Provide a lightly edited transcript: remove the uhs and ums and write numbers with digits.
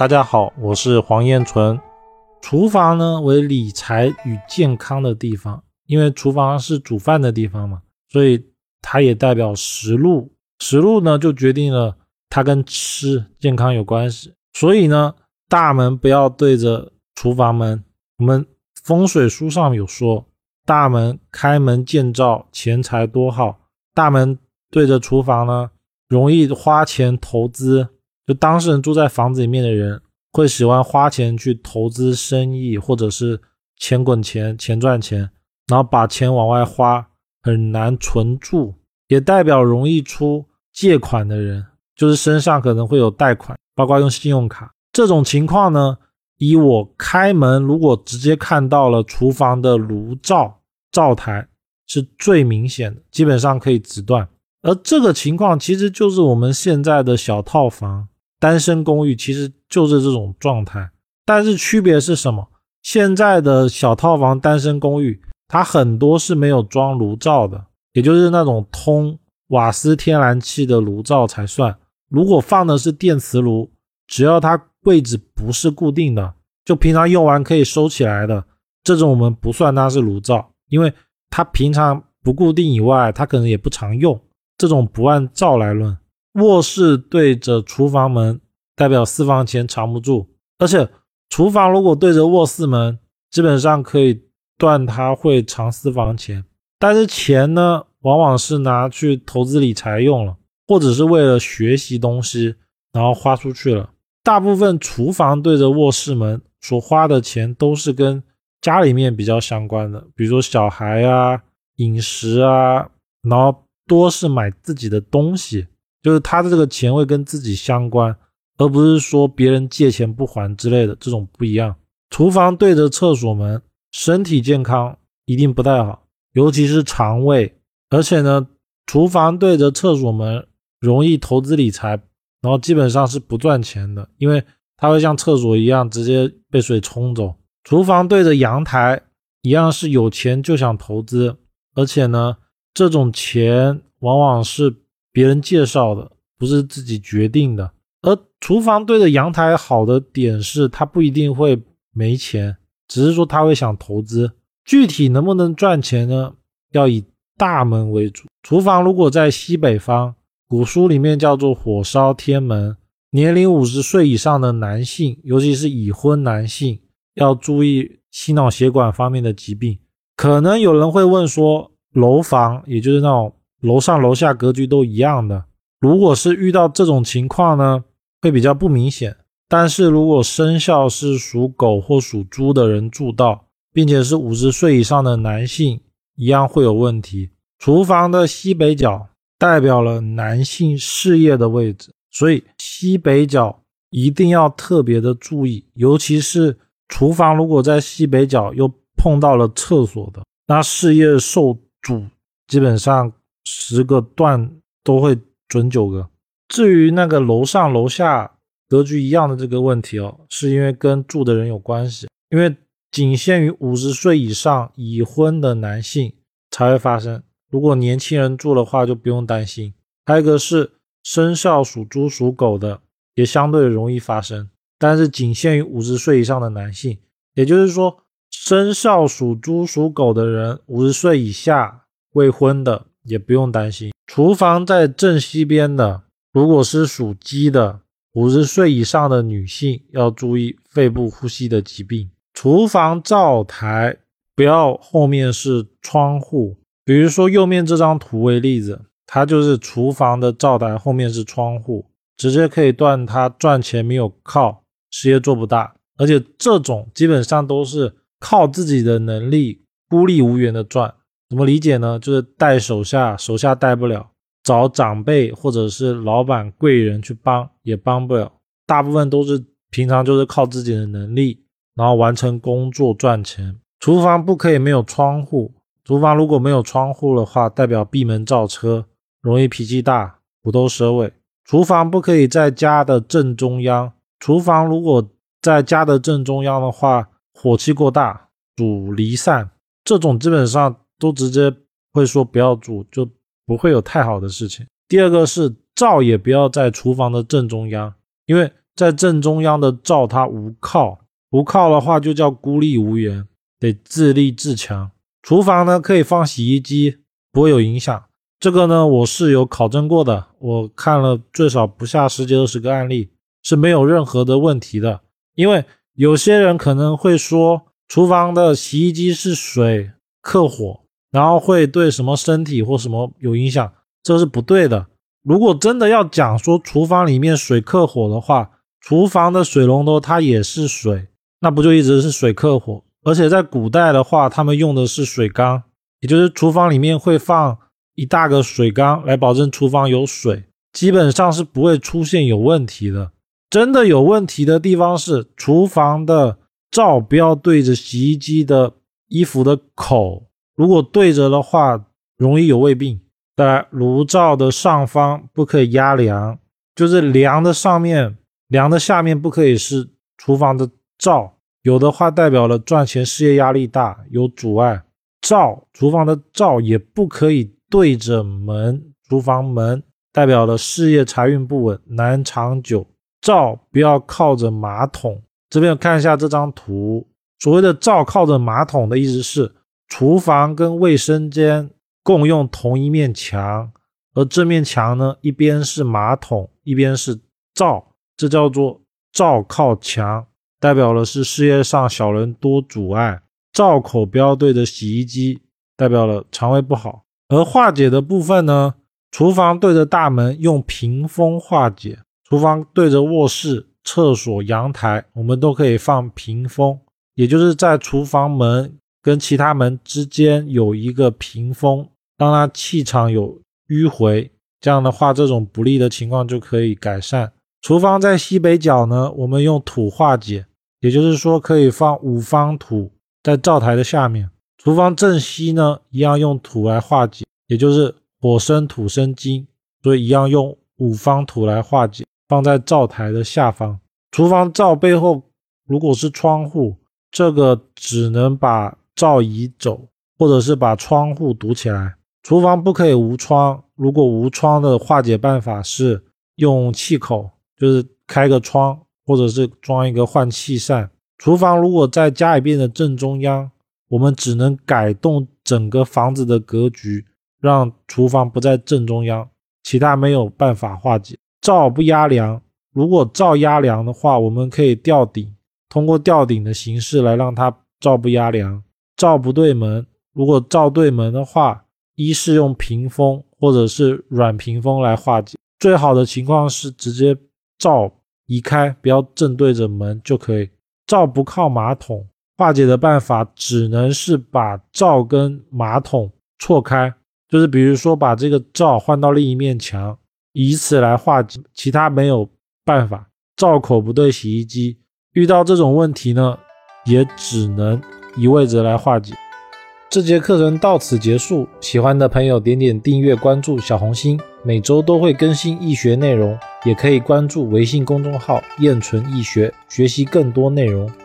大家好，我是黄彦纯。厨房呢为理财与健康的地方，因为厨房是煮饭的地方嘛，所以它也代表食禄。食禄呢就决定了它跟吃健康有关系。所以呢，大门不要对着厨房门。我们风水书上有说，大门开门见灶，钱财多好。大门对着厨房呢，容易花钱投资。就当事人住在房子里面的人会喜欢花钱去投资生意，或者是钱滚钱，钱赚钱，然后把钱往外花，很难存住。也代表容易出借款的人，就是身上可能会有贷款，包括用信用卡。这种情况呢，以我开门如果直接看到了厨房的炉灶台是最明显的，基本上可以直断。而这个情况其实就是我们现在的小套房单身公寓，其实就是这种状态。但是区别是什么？现在的小套房单身公寓它很多是没有装炉灶的，也就是那种通瓦斯天然气的炉灶才算。如果放的是电磁炉，只要它位置不是固定的，就平常用完可以收起来的，这种我们不算它是炉灶，因为它平常不固定以外，它可能也不常用，这种不按灶来论。卧室对着厨房门代表私房钱藏不住，而且厨房如果对着卧室门，基本上可以断它会藏私房钱。但是钱呢，往往是拿去投资理财用了，或者是为了学习东西然后花出去了。大部分厨房对着卧室门所花的钱都是跟家里面比较相关的，比如说小孩啊、饮食啊，然后多是买自己的东西，就是他的这个钱会跟自己相关，而不是说别人借钱不还之类的，这种不一样。厨房对着厕所门，身体健康一定不太好，尤其是肠胃。而且呢，厨房对着厕所门容易投资理财，然后基本上是不赚钱的，因为它会像厕所一样直接被水冲走。厨房对着阳台一样是有钱就想投资，而且呢，这种钱往往是别人介绍的，不是自己决定的。而厨房对着阳台好的点是它不一定会没钱，只是说他会想投资。具体能不能赚钱呢，要以大门为主。厨房如果在西北方，古书里面叫做火烧天门，年龄50岁以上的男性，尤其是已婚男性，要注意心脑血管方面的疾病。可能有人会问说，楼房也就是那种楼上楼下格局都一样的，如果是遇到这种情况呢，会比较不明显。但是如果生肖是属狗或属猪的人住到，并且是50岁以上的男性，一样会有问题。厨房的西北角代表了男性事业的位置，所以西北角一定要特别的注意，尤其是厨房如果在西北角又碰到了厕所的，那事业受阻，基本上10个断都会准9个。至于那个楼上楼下格局一样的这个问题是因为跟住的人有关系，因为仅限于50岁以上已婚的男性才会发生，如果年轻人住的话就不用担心。还有一个是生肖属猪属狗的也相对容易发生，但是仅限于50岁以上的男性，也就是说生肖属猪属狗的人50岁以下未婚的也不用担心。厨房在正西边的，如果是属鸡的50岁以上的女性要注意肺部呼吸的疾病。厨房灶台不要后面是窗户，比如说右面这张图为例子，它就是厨房的灶台后面是窗户，直接可以断它赚钱没有靠，事业做不大。而且这种基本上都是靠自己的能力孤立无援的赚。怎么理解呢？就是带手下带不了，找长辈或者是老板贵人去帮也帮不了，大部分都是平常就是靠自己的能力然后完成工作赚钱。厨房不可以没有窗户，厨房如果没有窗户的话，代表闭门造车，容易脾气大，虎头蛇尾。厨房不可以在家的正中央，厨房如果在家的正中央的话，火气过大，主离散，这种基本上都直接会说不要住，就不会有太好的事情。第二个是灶也不要在厨房的正中央，因为在正中央的灶它无靠，无靠的话就叫孤立无援，得自立自强。厨房呢可以放洗衣机，不会有影响。这个呢我是有考证过的，我看了最少不下10几20个案例，是没有任何的问题的。因为有些人可能会说厨房的洗衣机是水克火，然后会对什么身体或什么有影响，这是不对的。如果真的要讲说厨房里面水克火的话，厨房的水龙头它也是水，那不就一直是水克火。而且在古代的话，他们用的是水缸，也就是厨房里面会放一大个水缸来保证厨房有水，基本上是不会出现有问题的。真的有问题的地方是厨房的灶不要对着洗衣机的衣服的口，如果对着的话容易有胃病。再来，炉灶的上方不可以压梁，就是梁的上面梁的下面不可以是厨房的灶，有的话代表了赚钱事业压力大，有阻碍。厨房的灶也不可以对着门，厨房门代表了事业财运不稳，难长久。灶不要靠着马桶，这边看一下这张图，所谓的灶靠着马桶的意思是厨房跟卫生间共用同一面墙，而这面墙呢一边是马桶一边是灶，这叫做灶靠墙，代表了是事业上小人多阻碍。灶口不要对着洗衣机，代表了肠胃不好。而化解的部分呢，厨房对着大门用屏风化解，厨房对着卧室、厕所、阳台我们都可以放屏风，也就是在厨房门跟其他门之间有一个屏风，让它气场有迂回，这样的话这种不利的情况就可以改善。厨房在西北角呢，我们用土化解，也就是说可以放5方土在灶台的下面。厨房正西呢一样用土来化解，也就是火生土生金，所以一样用5方土来化解，放在灶台的下方。厨房灶背后如果是窗户，这个只能把灶移走，或者是把窗户堵起来。厨房不可以无窗，如果无窗的化解办法是用气口，就是开个窗，或者是装一个换气扇。厨房如果在家里边的正中央，我们只能改动整个房子的格局，让厨房不在正中央，其他没有办法化解。灶不压梁，如果灶压梁的话，我们可以吊顶，通过吊顶的形式来让它灶不压梁。灶不对门，如果灶对门的话，一是用屏风或者是软屏风来化解，最好的情况是直接灶移开，不要正对着门就可以。灶不靠马桶，化解的办法只能是把灶跟马桶错开，就是比如说把这个灶换到另一面墙，以此来化解，其他没有办法。灶口不对洗衣机，遇到这种问题呢，也只能移位置来化解。这节课程到此结束，喜欢的朋友点点订阅关注小红心，每周都会更新易学内容，也可以关注微信公众号燕纯易学，学习更多内容。